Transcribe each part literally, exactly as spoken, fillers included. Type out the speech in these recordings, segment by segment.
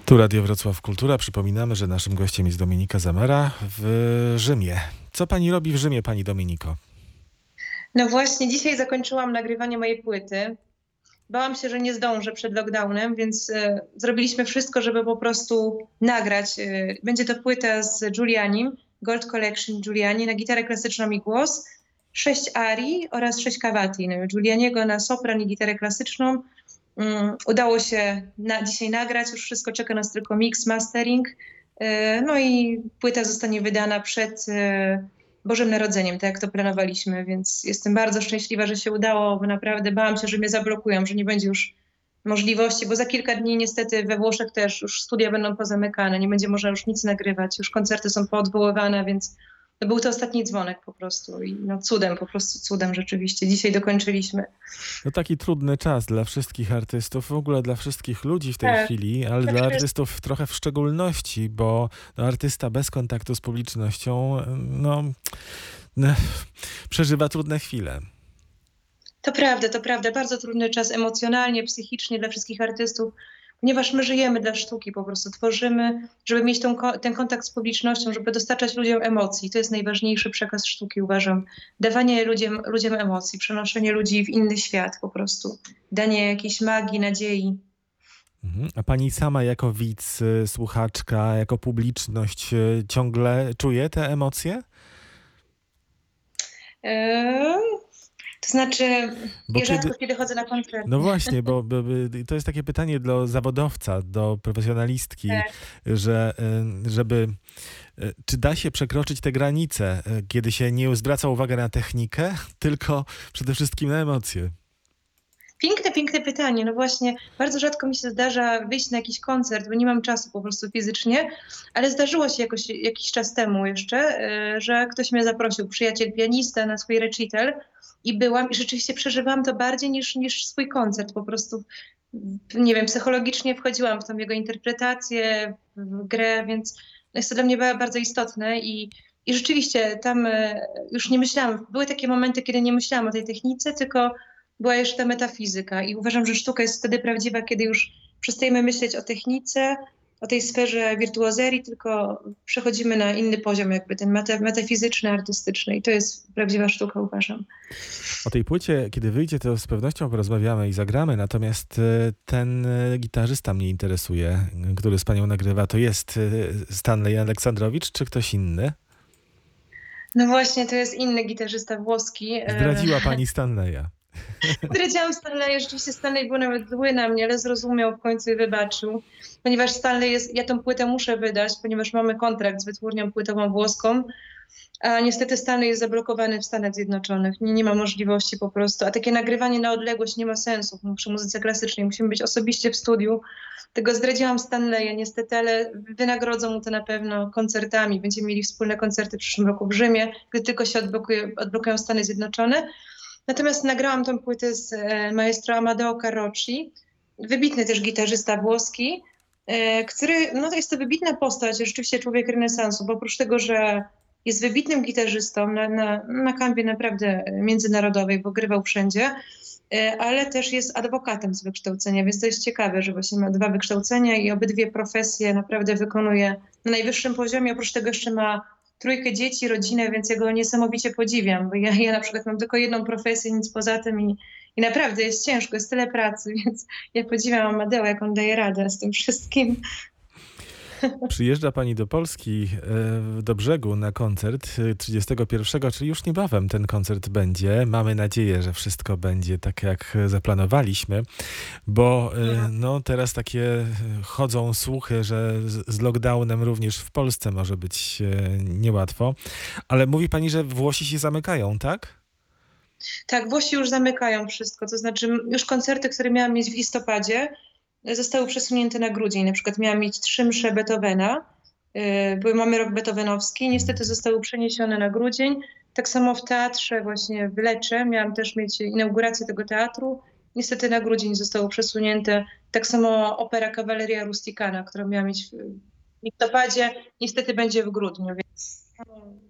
Tu Radio Wrocław Kultura. Przypominamy, że naszym gościem jest Dominika Zamera w Rzymie. Co pani robi w Rzymie, pani Dominiko? No właśnie, dzisiaj zakończyłam nagrywanie mojej płyty. Bałam się, że nie zdążę przed lockdownem, więc e, zrobiliśmy wszystko, żeby po prostu nagrać. E, będzie to płyta z Giulianim, Gold Collection Giuliani na gitarę klasyczną i głos, sześć arii oraz sześć cavatin. Giulianiego na sopran i gitarę klasyczną. Um, udało się na, dzisiaj nagrać, już wszystko, czeka nas tylko mix, mastering. E, no i płyta zostanie wydana przed e, Bożym Narodzeniem, tak jak to planowaliśmy, więc jestem bardzo szczęśliwa, że się udało, bo naprawdę bałam się, że mnie zablokują, że nie będzie już możliwości, bo za kilka dni niestety we Włoszech też już studia będą pozamykane, nie będzie można już nic nagrywać, już koncerty są poodwoływane, więc to był to ostatni dzwonek po prostu i no cudem, po prostu cudem rzeczywiście. Dzisiaj dokończyliśmy. No taki trudny czas dla wszystkich artystów, w ogóle dla wszystkich ludzi w tej Tak, chwili, ale tak dla jest. artystów trochę w szczególności, bo no, artysta bez kontaktu z publicznością no, no, przeżywa trudne chwile. To prawda, to prawda. Bardzo trudny czas emocjonalnie, psychicznie dla wszystkich artystów, ponieważ my żyjemy dla sztuki, po prostu tworzymy, żeby mieć tą, ko- ten kontakt z publicznością, żeby dostarczać ludziom emocji. To jest najważniejszy przekaz sztuki, uważam. Dawanie ludziom, ludziom emocji, przenoszenie ludzi w inny świat po prostu. Danie jakiejś magii, nadziei. Mhm. A pani sama jako widz, y, słuchaczka, jako publiczność y, ciągle czuje te emocje? Eee, to znaczy, Bo ja kiedy, rzadko kiedy chodzę na koncerty. No właśnie, bo, bo, bo to jest takie pytanie do zawodowca, do profesjonalistki, Tak. że y, żeby y, czy da się przekroczyć te granice, y, kiedy się nie zwraca uwagę na technikę, tylko przede wszystkim na emocje. Piękne, piękne pytanie. No właśnie, bardzo rzadko mi się zdarza wyjść na jakiś koncert, bo nie mam czasu po prostu fizycznie, ale zdarzyło się jakoś, jakiś czas temu jeszcze, e, że ktoś mnie zaprosił, przyjaciel pianista na swój recital i byłam i rzeczywiście przeżywałam to bardziej niż, niż swój koncert. Po prostu, nie wiem, psychologicznie wchodziłam w tą jego interpretację, w grę, więc jest to dla mnie ba- bardzo istotne i i rzeczywiście tam e, już nie myślałam, były takie momenty, kiedy nie myślałam o tej technice, tylko była jeszcze ta metafizyka i uważam, że sztuka jest wtedy prawdziwa, kiedy już przestajemy myśleć o technice, o tej sferze wirtuozerii, tylko przechodzimy na inny poziom, jakby ten meta, metafizyczny, artystyczny i to jest prawdziwa sztuka, uważam. O tej płycie, kiedy wyjdzie, to z pewnością porozmawiamy i zagramy, natomiast y, ten y, gitarzysta mnie interesuje, y, który z panią nagrywa, to jest y, Stanley Aleksandrowicz, czy ktoś inny? No właśnie, to jest inny gitarzysta włoski. e, Zdradziła pani Stanleya. Powiedziałam Stanley, rzeczywiście Stanley był nawet zły na mnie, ale zrozumiał w końcu i wybaczył. Ponieważ Stanley jest, ja tą płytę muszę wydać, ponieważ mamy kontrakt z wytwórnią płytową włoską, a niestety Stanley jest zablokowany w Stanach Zjednoczonych. Nie, nie ma możliwości po prostu, a takie nagrywanie na odległość nie ma sensu przy muzyce klasycznej. Musimy być osobiście w studiu. Tego zdradziłam Stanleya niestety, ale wynagrodzą mu to na pewno koncertami. Będziemy mieli wspólne koncerty w przyszłym roku w Rzymie, gdy tylko się odblokuje, odblokują Stany Zjednoczone. Natomiast nagrałam tę płytę z e, maestro Amadeo Carrocci, wybitny też gitarzysta włoski, e, który, no to jest to wybitna postać, rzeczywiście człowiek renesansu, bo oprócz tego, że jest wybitnym gitarzystą na, na, na kanwie naprawdę międzynarodowej, bo grywał wszędzie, e, ale też jest adwokatem z wykształcenia, więc to jest ciekawe, że właśnie ma dwa wykształcenia i obydwie profesje naprawdę wykonuje na najwyższym poziomie. Oprócz tego jeszcze ma trójkę dzieci, rodzinę, więc ja go niesamowicie podziwiam, bo ja, ja na przykład mam tylko jedną profesję, nic poza tym i, i naprawdę jest ciężko, jest tyle pracy, więc ja podziwiam Amadeo, jak on daje radę z tym wszystkim. Przyjeżdża pani do Polski, e, do Brzegu na koncert e, trzydziestego pierwszego, czyli już niebawem ten koncert będzie. Mamy nadzieję, że wszystko będzie tak, jak zaplanowaliśmy, bo e, no, teraz takie chodzą słuchy, że z, z lockdownem również w Polsce może być e, niełatwo. Ale mówi pani, że Włosi się zamykają, tak? Tak, Włosi już zamykają wszystko, to znaczy już koncerty, które miałam mieć w listopadzie, zostały przesunięte na grudzień. Na przykład miałam mieć trzy msze Beethovena, yy, bo mamy rok beethovenowski, niestety zostały przeniesione na grudzień. Tak samo w teatrze właśnie w Lecce miałam też mieć inaugurację tego teatru. Niestety na grudzień zostało przesunięte. Tak samo opera Cavalleria Rusticana, którą miałam mieć w listopadzie, niestety będzie w grudniu, więc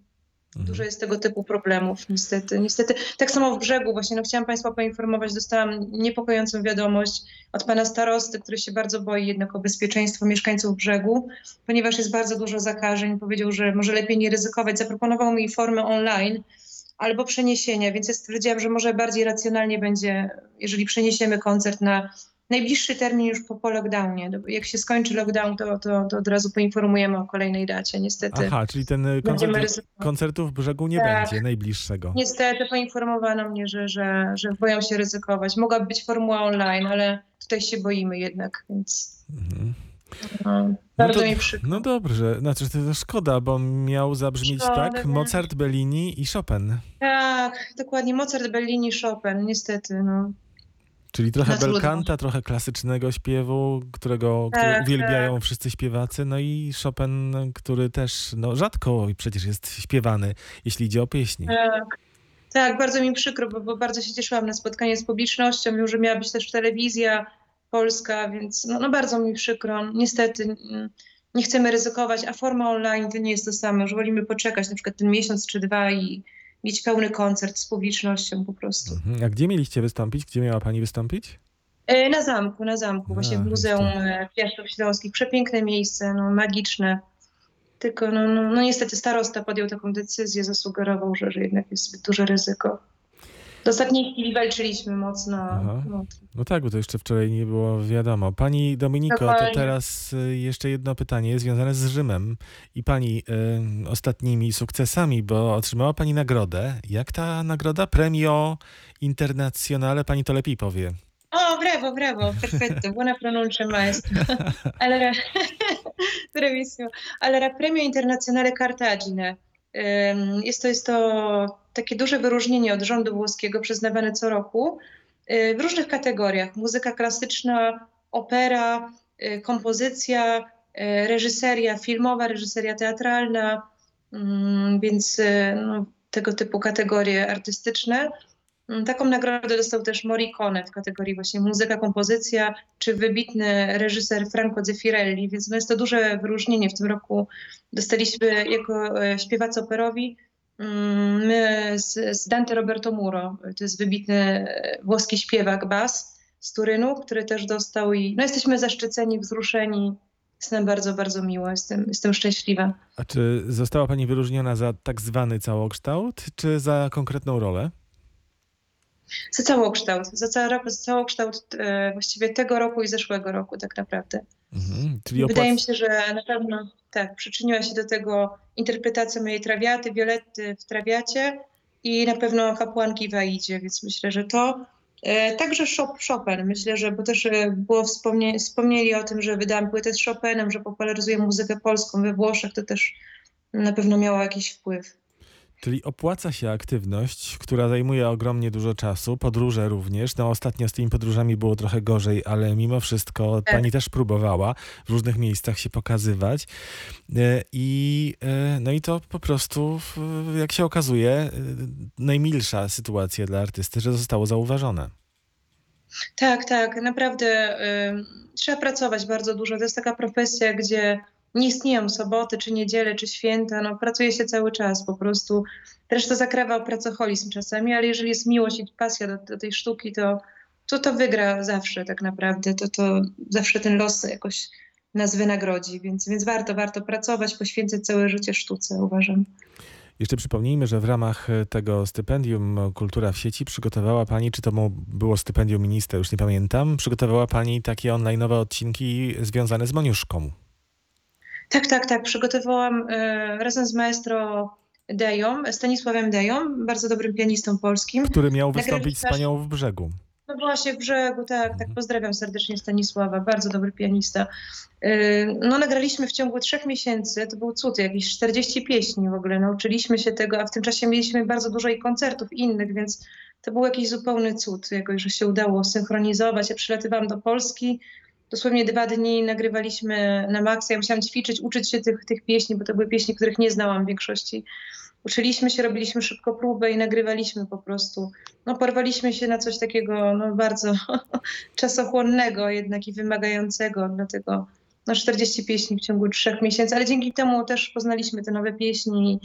Dużo Mhm. jest tego typu problemów, niestety. Niestety. Tak samo w Brzegu właśnie, no chciałam Państwa poinformować, dostałam niepokojącą wiadomość od pana starosty, który się bardzo boi jednak o bezpieczeństwo mieszkańców Brzegu, ponieważ jest bardzo dużo zakażeń. Powiedział, że może lepiej nie ryzykować. Zaproponował mi formę online albo przeniesienia, więc ja stwierdziłam, że może bardziej racjonalnie będzie, jeżeli przeniesiemy koncert na najbliższy termin już po, po lockdownie. Jak się skończy lockdown, to, to, to od razu poinformujemy o kolejnej dacie. Niestety Aha, czyli ten y, koncert, będziemy ryzykować. koncertu w Brzegu nie Tak. będzie najbliższego. Niestety poinformowano mnie, że, że, że boją się ryzykować. Mogłaby być formuła online, ale tutaj się boimy jednak, więc Mhm. no, No, bardzo to, mi przykro. no dobrze, znaczy to szkoda, bo miał zabrzmieć Szkoda, tak nie? Mozart, Bellini i Chopin. Tak, dokładnie. Mozart, Bellini, Chopin, niestety. No. Czyli trochę Na trudno. belkanta, trochę klasycznego śpiewu, którego, który Tak, uwielbiają wszyscy śpiewacy, no i Chopin, który też no, rzadko przecież jest śpiewany, jeśli idzie o pieśni. Tak, tak, bardzo mi przykro, bo, bo bardzo się cieszyłam na spotkanie z publicznością. Mimo że miała być też telewizja polska, więc no, no bardzo mi przykro. Niestety mm, nie chcemy ryzykować, a forma online to nie jest to samo. Już wolimy poczekać na przykład ten miesiąc czy dwa i mieć pełny koncert z publicznością po prostu. Mhm. A gdzie mieliście wystąpić? Gdzie miała pani wystąpić? E, Na zamku, na zamku, właśnie A, w Muzeum jeszcze. e, Piastów Śląskich. Przepiękne miejsce, no, magiczne. Tylko no, no, no niestety starosta podjął taką decyzję, zasugerował, że, że jednak jest zbyt duże ryzyko. Do ostatniej chwili walczyliśmy mocno. Aha. No, No tak, bo to jeszcze wczoraj nie było wiadomo. Pani Dominiko, to Dokładnie. teraz y, jeszcze jedno pytanie związane z Rzymem i pani y, ostatnimi sukcesami, bo otrzymała pani nagrodę. Jak ta nagroda? Premio Internazionale, pani to lepiej powie. O, brawo, brawo, perfetto, buona pronuncia maestro. Allora, bravissimo. Allora, Premio Internazionale Cartagine. Ym, Jest to, jest to takie duże wyróżnienie od rządu włoskiego przyznawane co roku y, w różnych kategoriach. Muzyka klasyczna, opera, y, kompozycja, y, reżyseria filmowa, reżyseria teatralna, ym, więc y, no, tego typu kategorie artystyczne. Mm, Taką nagrodę dostał też Morricone w kategorii właśnie muzyka, kompozycja, czy wybitny reżyser Franco Zeffirelli, więc no jest to duże wyróżnienie. W tym roku dostaliśmy jako e, śpiewacy operowi mm, my z, z Dante Roberto Muro. To jest wybitny e, włoski śpiewak bas z Turynu, który też dostał i no jesteśmy zaszczyceni, wzruszeni. Jest nam bardzo, bardzo miło, jestem, jestem szczęśliwa. A czy została pani wyróżniona za tak zwany całokształt, czy za konkretną rolę? Za całokształt, za, ca, za całokształt e, właściwie tego roku i zeszłego roku tak naprawdę. Mhm. Czyli Wydaje opłac... mi się, że na pewno tak, przyczyniła się do tego interpretacja mojej Trawiaty, Violetty w Trawiacie i na pewno kapłanki w Aidzie, więc myślę, że to. E, także Chop- Chopin, myślę, że bo też e, było wspomnie, wspomnieli o tym, że wydałam płytę z Chopinem, że popularyzuję muzykę polską we Włoszech, to też na pewno miało jakiś wpływ. Czyli opłaca się aktywność, która zajmuje ogromnie dużo czasu, podróże również. No ostatnio z tymi podróżami było trochę gorzej, ale mimo wszystko Tak. pani też próbowała w różnych miejscach się pokazywać. E, I, e, no i to po prostu, w- jak się okazuje, e, najmilsza sytuacja dla artysty, że zostało zauważone. Tak, tak, naprawdę y, trzeba pracować bardzo dużo. To jest taka profesja, gdzie nie istnieją soboty, czy niedziele, czy święta. No, pracuje się cały czas po prostu. Też to zakrawa pracoholizm czasami, ale jeżeli jest miłość i pasja do, do tej sztuki, to, to to wygra zawsze tak naprawdę. To, to zawsze ten los jakoś nas wynagrodzi, więc, więc warto, warto pracować, poświęcać całe życie sztuce, uważam. Jeszcze przypomnijmy, że w ramach e, tego stypendium Kultura w sieci przygotowała pani, czy to mu- było stypendium ministra, już nie pamiętam, przygotowała pani takie online'owe odcinki związane z Moniuszką. Tak, tak, tak. Przygotowałam e, razem z maestro Deją, Stanisławem Deją, bardzo dobrym pianistą polskim. Który miał Nagraliśmy wystąpić z nasz- panią w Brzegu. No właśnie w Brzegu, tak, tak. Mhm. Pozdrawiam serdecznie Stanisława, bardzo dobry pianista. Yy, No nagraliśmy w ciągu trzech miesięcy, to był cud, jakieś czterdzieści pieśni w ogóle, nauczyliśmy się tego, a w tym czasie mieliśmy bardzo dużo i koncertów innych, więc to był jakiś zupełny cud, jakoś, że się udało synchronizować. Ja przylatywałam do Polski, dosłownie dwa dni nagrywaliśmy na maksa. Ja musiałam ćwiczyć, uczyć się tych, tych pieśni, bo to były pieśni, których nie znałam w większości. Uczyliśmy się, robiliśmy szybko próbę i nagrywaliśmy po prostu. No porwaliśmy się na coś takiego no, bardzo czasochłonnego jednak i wymagającego, dlatego no, czterdzieści pieśni w ciągu trzech miesięcy, ale dzięki temu też poznaliśmy te nowe pieśni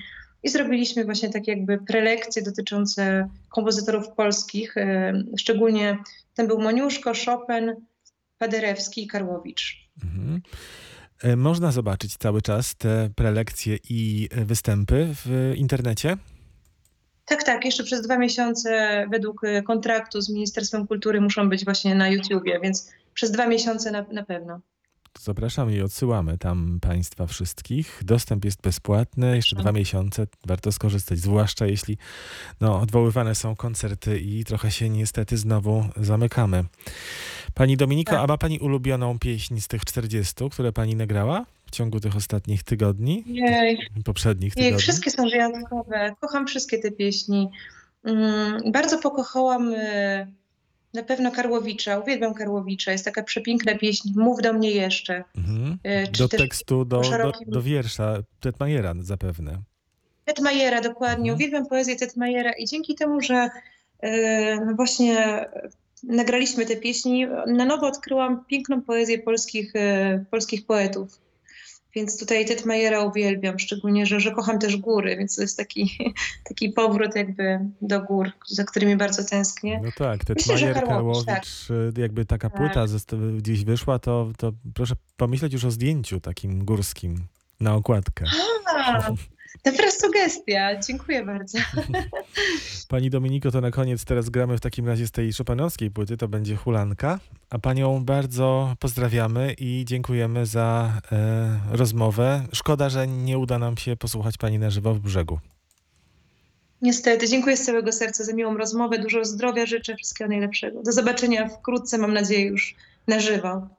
i zrobiliśmy właśnie takie jakby prelekcje dotyczące kompozytorów polskich. e, Szczególnie ten był Moniuszko, Chopin, Paderewski i Karłowicz. Mhm. E, Można zobaczyć cały czas te prelekcje i e, występy w internecie? Tak, tak, jeszcze przez dwa miesiące według e, kontraktu z Ministerstwem Kultury muszą być właśnie na YouTubie, więc przez dwa miesiące na, na pewno. To zapraszamy i odsyłamy tam Państwa wszystkich. Dostęp jest bezpłatny, jeszcze dwa miesiące, warto skorzystać, zwłaszcza jeśli no, odwoływane są koncerty i trochę się niestety znowu zamykamy. Pani Dominiko, Tak. a ma Pani ulubioną pieśń z tych czterdziestu, które Pani nagrała w ciągu tych ostatnich tygodni, Jej, poprzednich jej, tygodni? wszystkie są wyjątkowe. Kocham wszystkie te pieśni. Mm, bardzo pokochałam e, na pewno Karłowicza. Uwielbiam Karłowicza. Jest taka przepiękna pieśń Mów do mnie jeszcze. Mhm. E, czy Do też tekstu, do, o do, szerokim... do wiersza Tetmajera zapewne. Tetmajera, dokładnie. Mhm. Uwielbiam poezję Tetmajera i dzięki temu, że e, no właśnie nagraliśmy te pieśni, na nowo odkryłam piękną poezję polskich, e, polskich poetów. Więc tutaj Tetmajera uwielbiam, szczególnie, że, że kocham też góry, więc to jest taki, taki powrót jakby do gór, za którymi bardzo tęsknię. No tak, Myślę, że Tetmajer, Karłowicz, tak. Karłowicz, y, jakby taka Tak. płyta zest- gdzieś wyszła, to, to proszę pomyśleć już o zdjęciu takim górskim na okładkę. A, dobra sugestia, dziękuję bardzo. Pani Dominiko, to na koniec teraz gramy w takim razie z tej chopinowskiej płyty, to będzie Hulanka, a Panią bardzo pozdrawiamy i dziękujemy za e, rozmowę. Szkoda, że nie uda nam się posłuchać Pani na żywo w Brzegu. Niestety, dziękuję z całego serca za miłą rozmowę, dużo zdrowia życzę, wszystkiego najlepszego. Do zobaczenia wkrótce, mam nadzieję już na żywo.